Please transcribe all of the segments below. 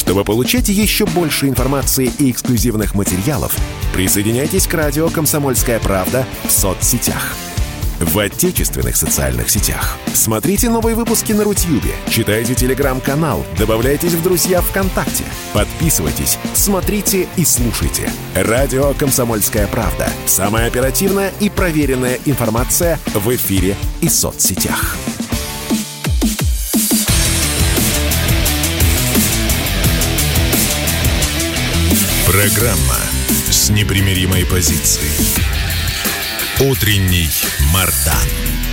Чтобы получать еще больше информации и эксклюзивных материалов, присоединяйтесь к радио «Комсомольская правда» в соцсетях. В отечественных социальных сетях. Смотрите новые выпуски на Рутьюбе, читайте телеграм-канал, добавляйтесь в друзья ВКонтакте, подписывайтесь, смотрите и слушайте. Радио «Комсомольская правда». Самая оперативная и проверенная информация в эфире и соцсетях. Программа с непримиримой позицией. Утренний Мардан.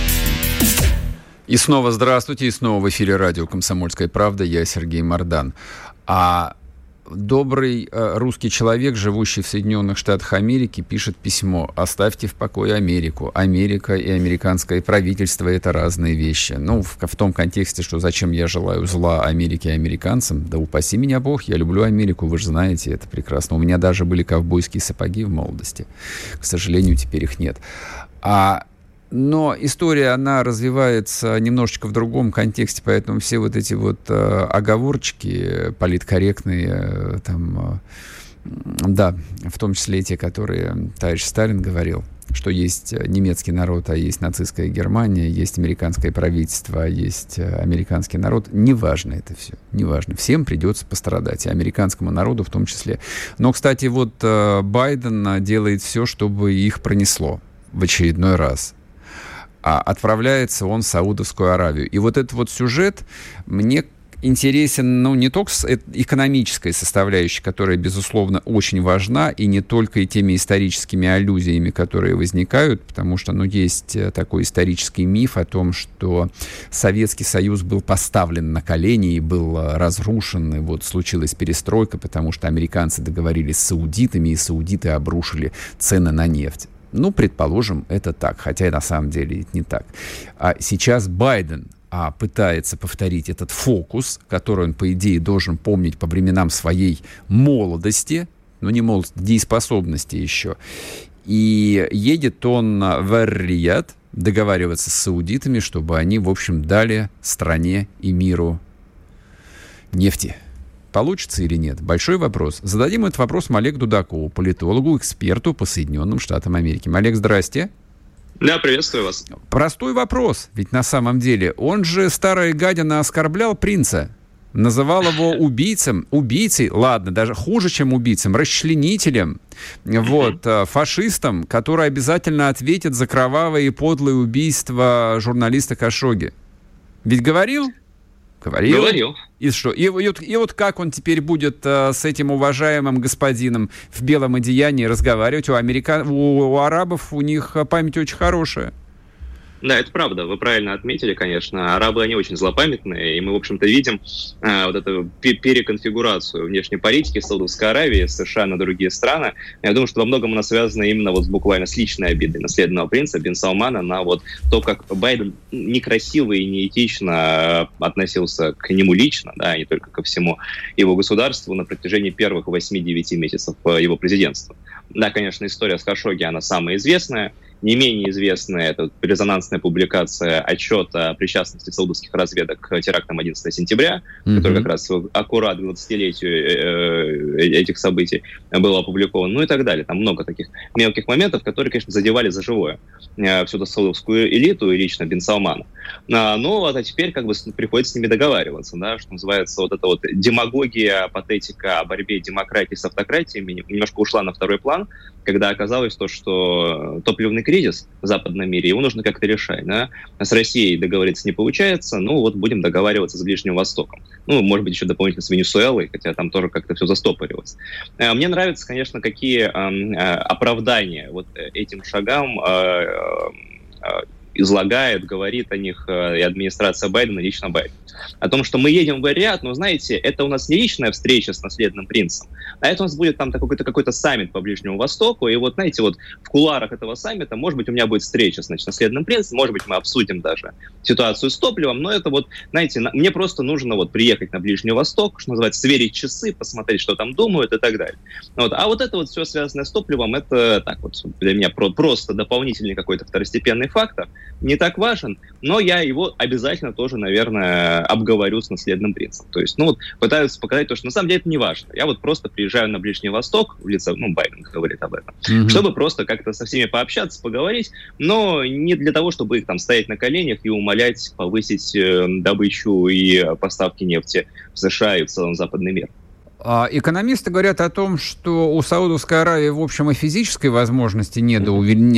И снова здравствуйте, и снова в эфире радио «Комсомольская правда». Я Сергей Мардан. А добрый русский человек, живущий в Соединенных Штатах Америки, пишет письмо: «Оставьте в покое Америку. Америка и американское правительство – это разные вещи». Ну, в том контексте, что зачем я желаю зла Америке и американцам? Да упаси меня Бог, я люблю Америку, вы же знаете это прекрасно. У меня даже были ковбойские сапоги в молодости. К сожалению, теперь их нет. Но история, она развивается немножечко в другом контексте, поэтому все вот эти вот оговорочки политкорректные, там, да, в том числе те, которые товарищ Сталин говорил, что есть немецкий народ, а есть нацистская Германия, есть американское правительство, а есть американский народ. Неважно это все, неважно. Всем придется пострадать, и американскому народу в том числе. Но, кстати, вот Байден делает все, чтобы их пронесло в очередной раз. А отправляется он в Саудовскую Аравию. И вот этот вот сюжет мне интересен, ну, не только с экономической составляющей, которая, безусловно, очень важна, и не только и теми историческими аллюзиями, которые возникают, потому что, ну, есть такой исторический миф о том, что Советский Союз был поставлен на колени и был разрушен, и вот случилась перестройка, потому что американцы договорились с саудитами, и саудиты обрушили цены на нефть. Ну, предположим, это так, хотя на самом деле это не так. А сейчас Байден пытается повторить этот фокус, который он, по идее, должен помнить по временам своей молодости, ну, не молодости, дееспособности еще. И едет он в Эр-Рияд договариваться с саудитами, чтобы они, в общем, дали стране и миру нефти. Получится или нет? Большой вопрос. Зададим этот вопрос Олегу Дудакову, политологу, эксперту по Соединенным Штатам Америки. Олег, здрасте. Да, приветствую вас. Простой вопрос, ведь на самом деле он же, старая гадина, оскорблял принца, называл его убийцей, ладно, даже хуже, чем убийцем, расчленителем, вот, фашистом, который обязательно ответит за кровавые и подлые убийства журналиста Khashoggi. Ведь говорил? Говорил. И что? И вот как он теперь будет с этим уважаемым господином в белом одеянии разговаривать? У арабов у них память очень хорошая. Да, это правда. Вы правильно отметили, конечно. Арабы, они очень злопамятные, и мы, в общем-то, видим вот эту переконфигурацию внешней политики Саудовской Аравии, США на другие страны. Я думаю, что во многом она связана именно вот буквально с личной обидой наследного принца Бин Салмана на вот то, как Байден некрасиво и неэтично относился к нему лично, да, не только ко всему его государству на протяжении первых 8-9 месяцев его президентства. Да, конечно, история с Khashoggi, она самая известная. Не менее известная это резонансная публикация отчета о причастности саудовских разведок к терактам 11 сентября, который как раз аккурат к 20-летию этих событий был опубликован, ну и так далее. Там много таких мелких моментов, которые, конечно, задевали за живое всю эту саудовскую элиту и лично Бин Салмана. Но вот, а теперь как бы приходится с ними договариваться, да, что называется, вот эта вот демагогия, патетика о борьбе демократии с автократиями немножко ушла на второй план, когда оказалось то, что топливный кризис в западном мире, его нужно как-то решать. Да? С Россией договориться не получается, ну вот будем договариваться с Ближним Востоком. Ну, может быть, еще дополнительно с Венесуэлой, хотя там тоже как-то все застопорилось. Мне нравится, конечно, какие оправдания вот этим шагам излагает, говорит о них и администрация Байдена, лично Байден. О том, что мы едем в Эр-Рияд, но, знаете, это у нас не личная встреча с наследным принцем, а это у нас будет там какой-то саммит по Ближнему Востоку, и вот, знаете, вот в кулуарах этого саммита, может быть, у меня будет встреча с наследным принцем, может быть, мы обсудим даже ситуацию с топливом, но это вот, знаете, мне просто нужно вот приехать на Ближний Восток, что называется, сверить часы, посмотреть, что там думают и так далее. Вот. А вот это вот все связанное с топливом, это так вот для меня просто дополнительный какой-то второстепенный фактор. не так важен, но я его обязательно тоже, наверное, обговорю с наследным принцем. То есть, пытаются показать то, что на самом деле это не важно. Я вот просто приезжаю на Ближний Восток, в лице, Байден говорит об этом, чтобы просто как-то со всеми пообщаться, поговорить, но не для того, чтобы их там стоять на коленях и умолять повысить добычу и поставки нефти в США и в целом западный мир. Экономисты говорят о том, что у Саудовской Аравии, в общем, и физической возможности нет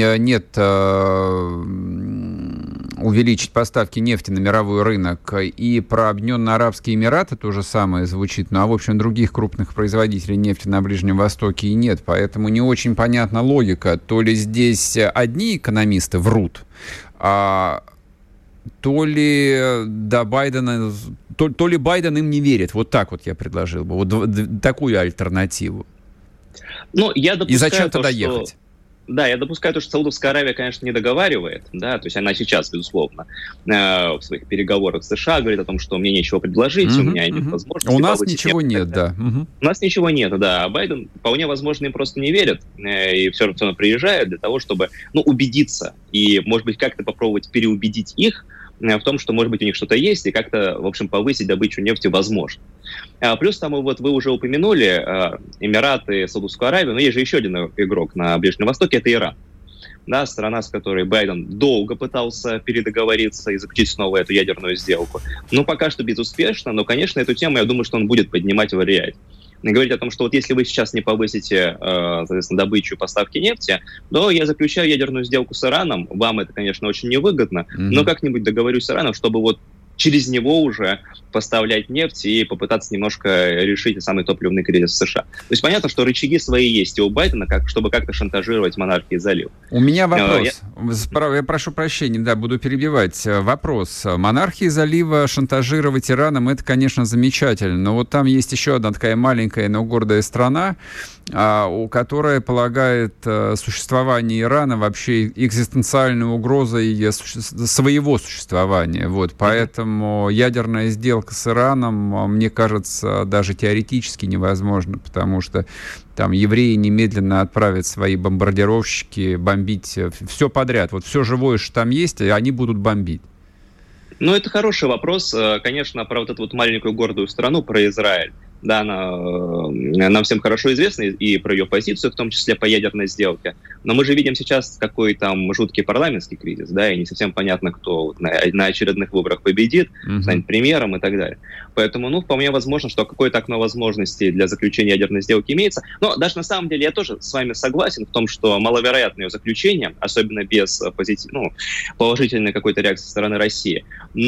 увеличить поставки нефти на мировой рынок. И про Объединенные Арабские Эмираты то же самое звучит. Ну, а, в общем, других крупных производителей нефти на Ближнем Востоке и нет. Поэтому не очень понятна логика. То ли здесь одни экономисты врут, то ли Байден им не верит. Вот так вот я предложил бы. Вот такую альтернативу. И зачем тогда ехать? Да, я допускаю то, что Саудовская Аравия, конечно, не договаривает, да, то есть она сейчас, безусловно, в своих переговорах с США говорит о том, что мне нечего предложить, у меня нет возможности. У нас ничего нет, да. У нас ничего нет, да. А Байден, вполне возможно, им просто не верит, и все равно приезжает для того, чтобы, убедиться и, может быть, как-то попробовать переубедить их в том, что, может быть, у них что-то есть, и как-то, в общем, повысить добычу нефти возможно. Плюс там вот вы уже упомянули Эмираты, Саудовскую Аравию, но есть же еще один игрок на Ближнем Востоке, это Иран. Да, страна, с которой Байден долго пытался передоговориться и заключить снова эту ядерную сделку. Пока что безуспешно, но, конечно, эту тему, я думаю, что он будет поднимать в Риаде. Говорить о том, что вот если вы сейчас не повысите, соответственно, добычу и поставки нефти, то я заключаю ядерную сделку с Ираном. Вам это, конечно, очень невыгодно, но как-нибудь договорюсь с Ираном, чтобы вот через него уже поставлять нефть и попытаться немножко решить самый топливный кризис в США. То есть понятно, что рычаги свои есть и у Байдена, чтобы как-то шантажировать монархии залива. У меня вопрос. Я прошу прощения, да, буду перебивать. Вопрос. Монархии залива шантажировать Ираном, это, конечно, замечательно, но вот там есть еще одна такая маленькая, но гордая страна, которая полагает существование Ирана вообще экзистенциальной угрозой своего существования. Вот, поэтому ядерная сделка с Ираном, мне кажется, даже теоретически невозможна, потому что там евреи немедленно отправят свои бомбардировщики бомбить все подряд. Вот все живое, что там есть, они будут бомбить. Это хороший вопрос. Конечно, про вот эту вот маленькую гордую страну, про Израиль. Да, она нам всем хорошо известна, и про ее позицию, в том числе по ядерной сделке. Но мы же видим сейчас, какой там жуткий парламентский кризис, да, и не совсем понятно, кто на очередных выборах победит, станет премьером и так далее. Поэтому, вполне возможно, что какое-то окно возможностей для заключения ядерной сделки имеется. Но даже на самом деле я тоже с вами согласен в том, что маловероятно ее заключение, особенно без положительной какой-то реакции со стороны России.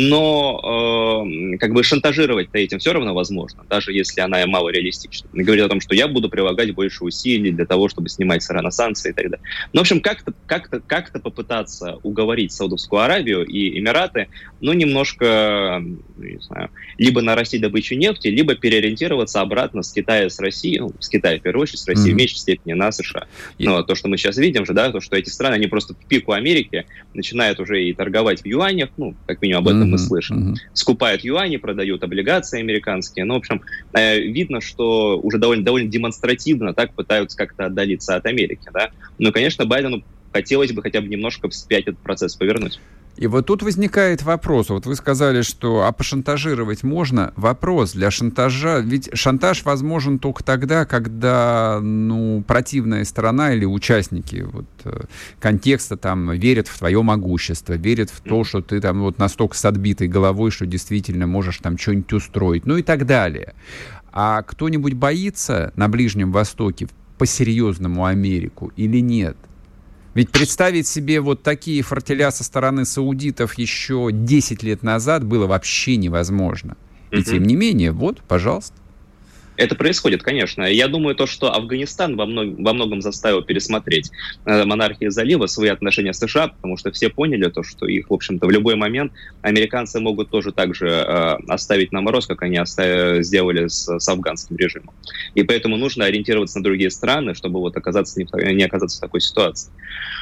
Но шантажировать-то этим все равно возможно, даже если она мало реалистична. Говорит о том, что я буду прилагать больше усилий для того, чтобы снимать с Ирана санкции и так далее. В общем, как-то попытаться уговорить Саудовскую Аравию и Эмираты, немножко, не знаю, либо нарастить добычу нефти, либо переориентироваться обратно с Китая, с Россией, с Китая в первую очередь, с Россией в меньшей степени на США. Но то, что мы сейчас видим же, да, то, что эти страны, они просто в пику Америки начинают уже и торговать в юанях, как минимум об этом мы слышим. Скупают юани, продают облигации американские. В общем, видно, что уже довольно демонстративно так пытаются как-то отдалиться от Америки, да. Но, конечно, Байдену хотелось бы хотя бы немножко вспять этот процесс повернуть. И вот тут возникает вопрос. Вот вы сказали, что пошантажировать можно. Вопрос для шантажа. Ведь шантаж возможен только тогда, когда противная сторона или участники контекста там верят в твое могущество, верят в то, что ты там настолько с отбитой головой, что действительно можешь там что-нибудь устроить, и так далее. А кто-нибудь боится на Ближнем Востоке по-серьезному Америку или нет? Ведь представить себе вот такие фортеля со стороны саудитов еще 10 лет назад было вообще невозможно. И тем не менее, пожалуйста. Это происходит, конечно. Я думаю, что Афганистан во многом заставил пересмотреть монархии залива свои отношения с США, потому что все поняли что их, в общем-то, в любой момент американцы могут тоже так же оставить на мороз, как они сделали с афганским режимом. И поэтому нужно ориентироваться на другие страны, чтобы не оказаться в такой ситуации.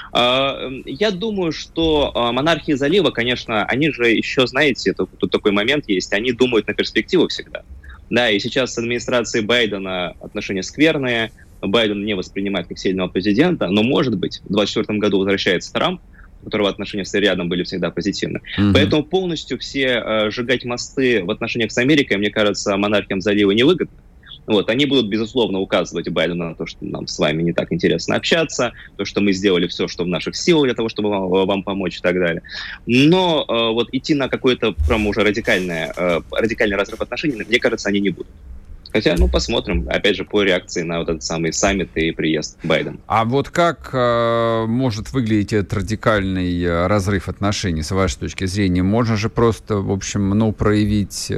Я думаю, что монархии залива, конечно, они же еще, знаете, тут такой момент есть, они думают на перспективу всегда. Да, и сейчас с администрацией Байдена отношения скверные, Байден не воспринимает как сильного президента, но, может быть, в 2024 году возвращается Трамп, у которого отношения с Риядом были всегда позитивны. Поэтому полностью все сжигать мосты в отношениях с Америкой, мне кажется, монархиям залива невыгодно. Вот, они будут, безусловно, указывать Байдену на то, что нам с вами не так интересно общаться, то, что мы сделали все, что в наших силах для того, чтобы вам помочь и так далее. Но вот идти на какой-то прям уже радикальный разрыв отношений, мне кажется, они не будут. Хотя, посмотрим, опять же, по реакции на вот этот самый саммит и приезд Байдена. А вот как может выглядеть этот радикальный разрыв отношений, с вашей точки зрения? Можно же просто, в общем, проявить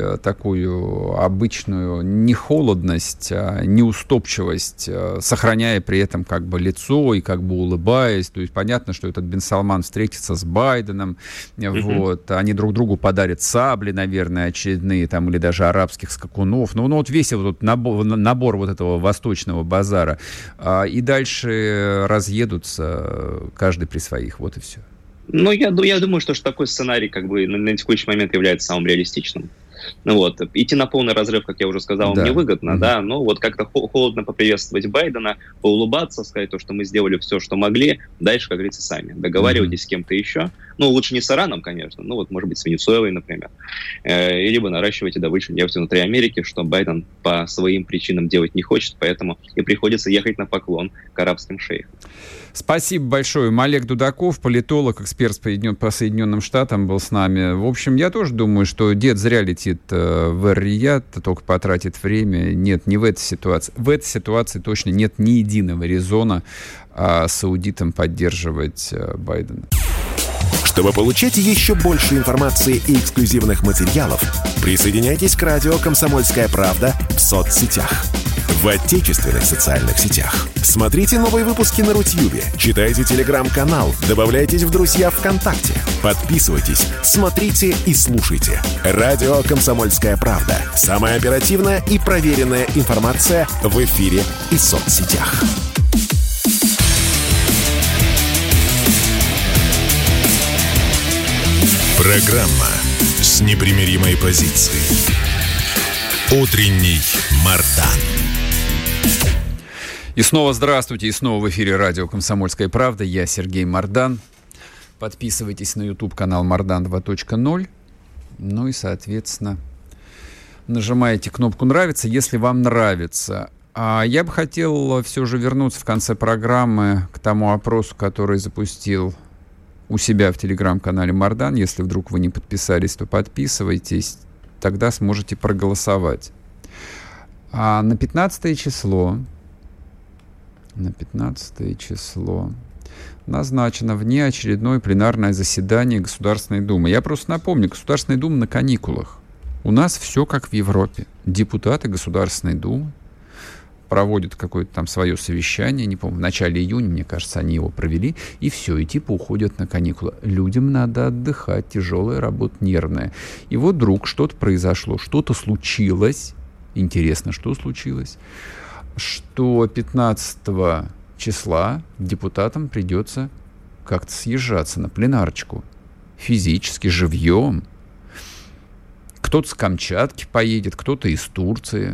такую обычную нехолодность, неуступчивость, сохраняя при этом как бы лицо и как бы улыбаясь. То есть понятно, что этот Бен Салман встретится с Байденом, вот, они друг другу подарят сабли, наверное, очередные, там, или даже арабских скакунов. Вот весь вот набор вот этого восточного базара, и дальше разъедутся каждый при своих, вот и все. Я думаю, что такой сценарий как бы на текущий момент является самым реалистичным. Идти на полный разрыв, как я уже сказал, невыгодно, да, но вот как-то холодно поприветствовать Байдена, поулыбаться, сказать то, что мы сделали все, что могли, дальше, как говорится, сами. Договаривайтесь с кем-то еще, лучше не с Ираном, конечно, может быть, с Венесуэлой, например, либо наращивайте добычу нефти внутри Америки, что Байден по своим причинам делать не хочет, поэтому и приходится ехать на поклон к арабским шейхам. Спасибо большое. Олег Дудаков, политолог, эксперт по Соединенным Штатам, был с нами. В общем, я тоже думаю, что дед зря летит в Эр-Рияд, только потратит время. Нет, не в этой ситуации. В этой ситуации точно нет ни единого резона саудитам поддерживать Байдена. Чтобы получать еще больше информации и эксклюзивных материалов, присоединяйтесь к радио «Комсомольская правда» в соцсетях. В отечественных социальных сетях. Смотрите новые выпуски на Рутьюбе, читайте телеграм-канал, добавляйтесь в друзья ВКонтакте, подписывайтесь, смотрите и слушайте. Радио «Комсомольская правда». Самая оперативная и проверенная информация в эфире и соцсетях. Программа с непримиримой позицией. Утренний Мардан. И снова здравствуйте, и снова в эфире радио «Комсомольская правда». Я Сергей Мардан. Подписывайтесь на YouTube-канал Мардан 2.0. И, соответственно, нажимаете кнопку «Нравится», если вам нравится. А я бы хотел все же вернуться в конце программы к тому опросу, который запустил у себя в телеграм-канале Мардан. Если вдруг вы не подписались, то подписывайтесь, тогда сможете проголосовать. А на 15 число назначено внеочередное пленарное заседание Государственной Думы. Я просто напомню, Государственная Дума на каникулах. У нас все как в Европе. Депутаты Государственной Думы проводят какое-то там свое совещание, не помню, в начале июня, мне кажется, они его провели, и все, и типа уходят на каникулы. Людям надо отдыхать, тяжелая работа, нервная. И вот вдруг что-то произошло, что-то случилось. Интересно, что случилось? Что 15 числа депутатам придется как-то съезжаться на пленарочку. Физически, живьем. Кто-то с Камчатки поедет, кто-то из Турции.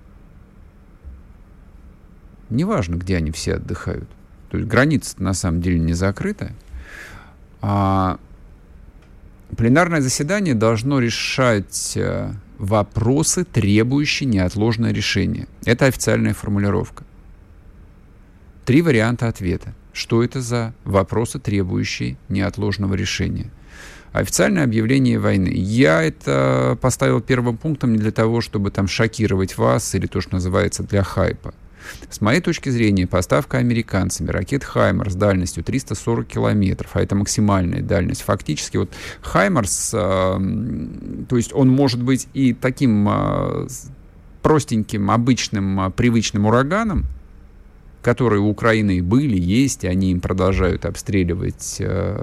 Неважно, где они все отдыхают. То есть граница на самом деле не закрыта. А пленарное заседание должно решать вопросы, требующие неотложное решение. Это официальная формулировка. 3 варианта ответа. Что это за вопросы, требующие неотложного решения? Официальное объявление войны. Я это поставил первым пунктом не для того, чтобы там шокировать вас или то, что называется для хайпа. С моей точки зрения, поставка американцами ракет «Хаймарс» с дальностью 340 километров, а это максимальная дальность, фактически вот «Хаймарс», то есть он может быть и таким простеньким, обычным, привычным ураганом, которые у Украины были, есть, и они им продолжают обстреливать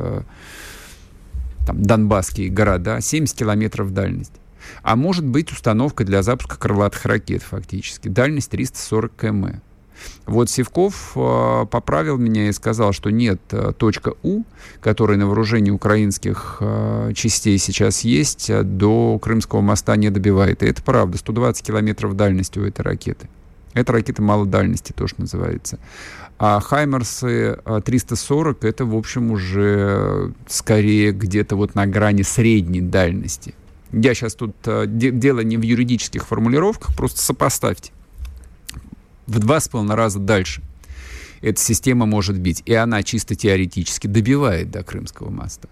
донбасские города, 70 километров дальность. А может быть установка для запуска крылатых ракет, фактически. Дальность 340 км. Вот Сивков поправил меня и сказал, что нет, точка У, которая на вооружении украинских частей сейчас есть, до Крымского моста не добивает. И это правда, 120 километров дальности у этой ракеты. Это ракета малой дальности, то, что называется. А «Хаймерсы» 340 — это, в общем, уже скорее где-то вот на грани средней дальности. Я сейчас тут дело не в юридических формулировках, просто сопоставьте. В 2,5 раза дальше эта система может бить, и она чисто теоретически добивает до Крымского моста.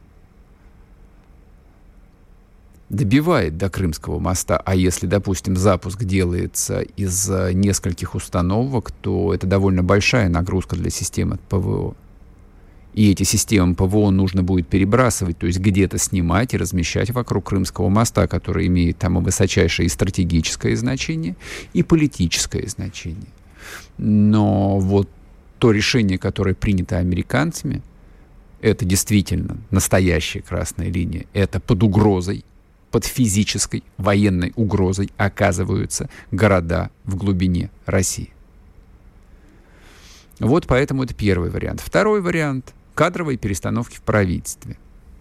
Добивает до Крымского моста, а если, допустим, запуск делается из нескольких установок, то это довольно большая нагрузка для системы ПВО. И эти системы ПВО нужно будет перебрасывать, то есть где-то снимать и размещать вокруг Крымского моста, который имеет там и высочайшее и стратегическое значение, и политическое значение. Но вот то решение, которое принято американцами, это действительно настоящая красная линия, это под угрозой, под физической военной угрозой оказываются города в глубине России. Вот поэтому это первый вариант. Второй вариант — кадровые перестановки в правительстве.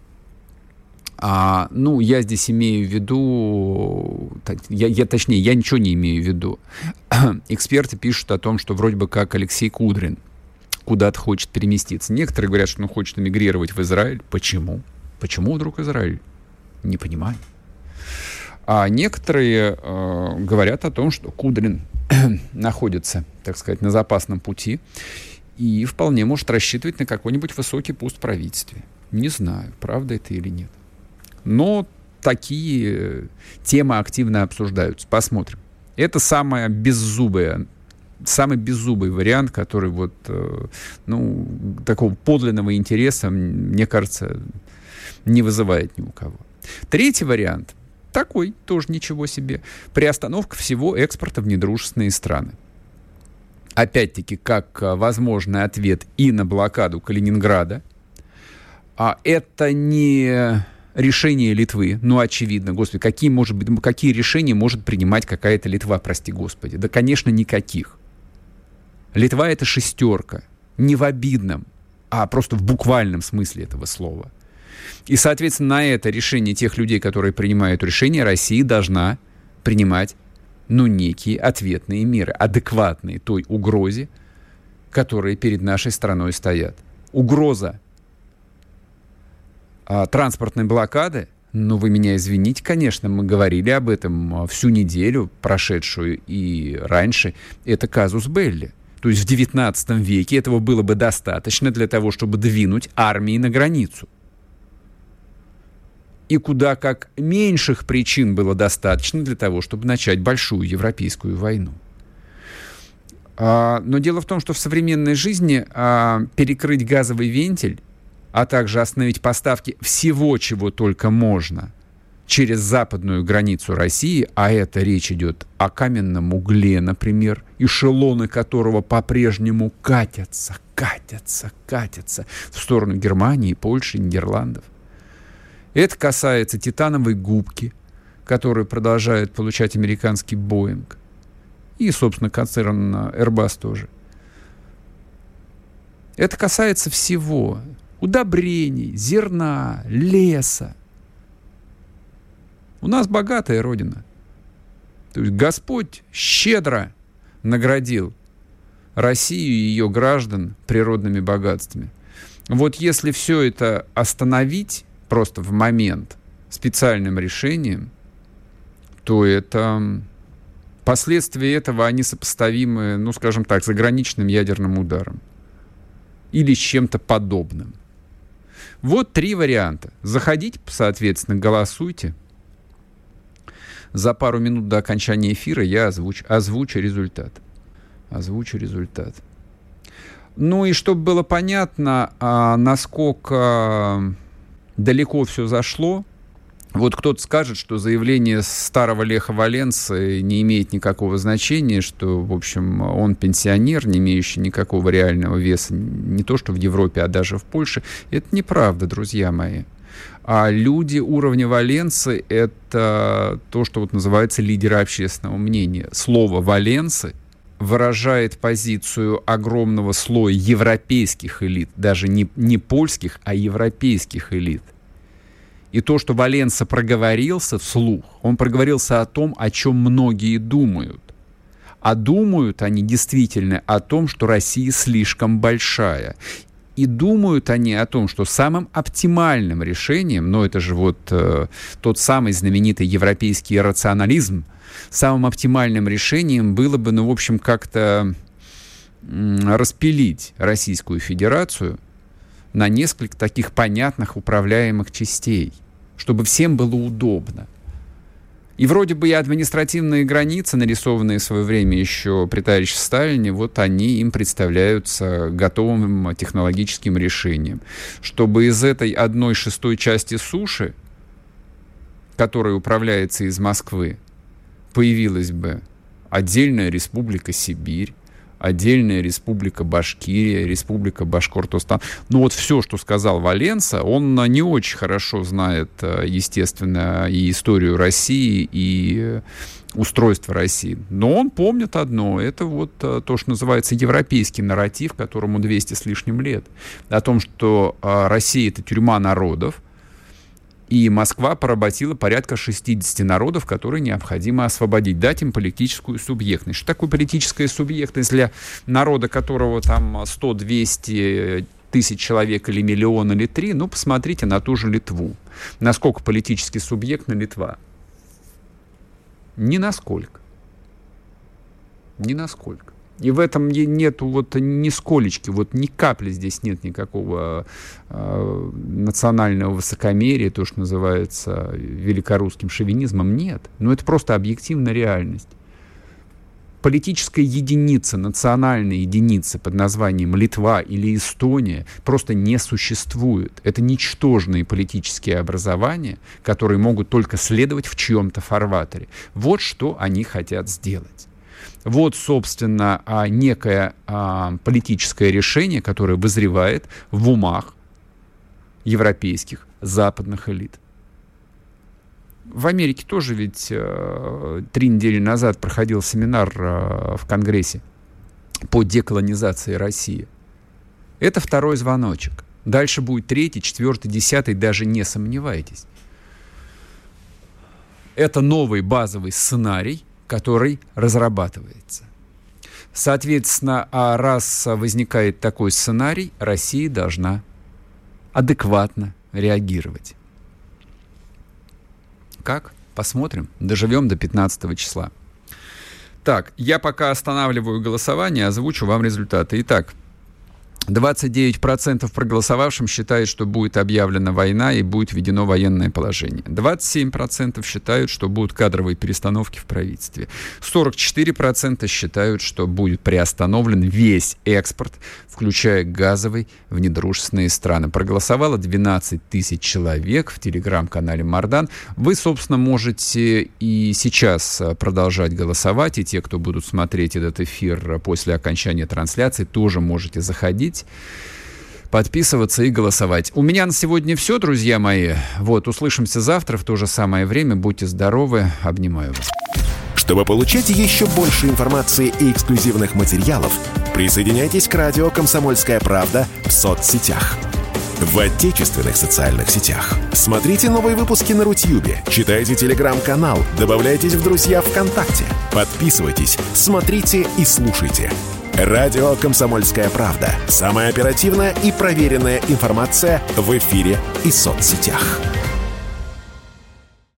Я здесь имею в виду... я ничего не имею в виду. Эксперты пишут о том, что вроде бы как Алексей Кудрин куда-то хочет переместиться. Некоторые говорят, что он хочет эмигрировать в Израиль. Почему? Почему вдруг Израиль? Не понимаю. А некоторые говорят о том, что Кудрин находится, так сказать, на запасном пути и вполне может рассчитывать на какой-нибудь высокий пост в правительстве. Не знаю, правда это или нет. Но такие темы активно обсуждаются. Посмотрим. Это самый беззубый вариант, который вот, такого подлинного интереса, мне кажется, не вызывает ни у кого. Третий вариант такой, тоже ничего себе. Приостановка всего экспорта в недружественные страны. Опять-таки, как возможный ответ и на блокаду Калининграда. Это не решение Литвы. Очевидно, господи, какие решения может принимать какая-то Литва, прости господи? Да, конечно, никаких. Литва — это шестерка. Не в обидном, а просто в буквальном смысле этого слова. И, соответственно, на это решение тех людей, которые принимают решения, Россия должна принимать, некие ответные меры, адекватные той угрозе, которые перед нашей страной стоят. Угроза транспортной блокады, вы меня извините, конечно, мы говорили об этом всю неделю прошедшую и раньше, это казус белли. То есть в XIX веке этого было бы достаточно для того, чтобы двинуть армии на границу. И куда как меньших причин было достаточно для того, чтобы начать большую европейскую войну. Но дело в том, что в современной жизни перекрыть газовый вентиль, а также остановить поставки всего, чего только можно, через западную границу России, а это речь идет о каменном угле, например, эшелоны которого по-прежнему катятся в сторону Германии, Польши, Нидерландов. Это касается титановой губки, которую продолжает получать американский Боинг. И, собственно, концерн Airbus тоже. Это касается всего. Удобрений, зерна, леса. У нас богатая родина. То есть Господь щедро наградил Россию и ее граждан природными богатствами. Вот если все это остановить просто в момент специальным решением, то это последствия этого, они сопоставимы, скажем так, с заграничным ядерным ударом или с чем-то подобным. Вот 3 варианта. Заходите, соответственно, голосуйте. За пару минут до окончания эфира я озвучу результат. И чтобы было понятно, насколько далеко все зашло, вот кто-то скажет, что заявление старого Леха Валенсы не имеет никакого значения, что, в общем, он пенсионер, не имеющий никакого реального веса, не то что в Европе, а даже в Польше. Это неправда, друзья мои. А люди уровня Валенсы — это то, что вот называется лидеры общественного мнения. Слово «Валенсы» выражает позицию огромного слоя европейских элит, даже не польских, а европейских элит. И то, что Валенса проговорился вслух, он проговорился о том, о чем многие думают. А думают они действительно о том, что Россия слишком большая. И думают они о том, что самым оптимальным решением, но это же вот тот самый знаменитый европейский рационализм, самым оптимальным решением было бы, ну, в общем, как-то распилить Российскую Федерацию на несколько таких понятных управляемых частей, чтобы всем было удобно. И вроде бы и административные границы, нарисованные в свое время еще при товарище Сталине, вот они им представляются готовым технологическим решением. Чтобы из этой 1/6 части суши, которая управляется из Москвы, появилась бы отдельная республика Сибирь, отдельная республика Башкирия, республика Башкортостан. Ну вот все, что сказал Валенса, он не очень хорошо знает, естественно, и историю России, и устройство России. Но он помнит одно, это вот то, что называется европейский нарратив, которому 200 с лишним лет, о том, что Россия — это тюрьма народов, и Москва поработила порядка 60 народов, которые необходимо освободить, дать им политическую субъектность. Что такое политическая субъектность для народа, которого там 100-200 тысяч человек или миллион, или 3? Ну, посмотрите на ту же Литву. Насколько политически субъектна Литва? Ни насколько. Ни насколько. И в этом нету вот нисколечки, вот ни капли здесь нет никакого национального высокомерия, то, что называется великорусским шовинизмом, нет. Но это просто объективная реальность. Политическая единица, национальная единица под названием Литва или Эстония просто не существует. Это ничтожные политические образования, которые могут только следовать в чьем-то фарватере. Вот что они хотят сделать. Вот, собственно, некое политическое решение, которое вызревает в умах европейских западных элит. В Америке тоже ведь 3 недели назад проходил семинар в Конгрессе по деколонизации России. Это 2-й звоночек. Дальше будет 3-й, 4-й, 10-й, даже не сомневайтесь. Это новый базовый сценарий, который разрабатывается. Соответственно, раз возникает такой сценарий, Россия должна адекватно реагировать. Как? Посмотрим. Доживем до 15 числа. Так, я пока останавливаю голосование, озвучу вам результаты. Итак, 29% проголосовавшим считают, что будет объявлена война и будет введено военное положение. 27% считают, что будут кадровые перестановки в правительстве. 44% считают, что будет приостановлен весь экспорт, включая газовый, в недружественные страны. Проголосовало 12 тысяч человек в телеграм-канале Мардан. Вы, собственно, можете и сейчас продолжать голосовать, и те, кто будут смотреть этот эфир после окончания трансляции, тоже можете заходить, подписываться и голосовать. У меня на сегодня все, друзья мои. Вот, услышимся завтра в то же самое время. Будьте здоровы. Обнимаю вас. Чтобы получать еще больше информации и эксклюзивных материалов, присоединяйтесь к радио «Комсомольская правда» в соцсетях. В отечественных социальных сетях. Смотрите новые выпуски на Рутьюбе, читайте телеграм-канал, добавляйтесь в друзья ВКонтакте, подписывайтесь, смотрите и слушайте. Радио «Комсомольская правда». Самая оперативная и проверенная информация в эфире и соцсетях.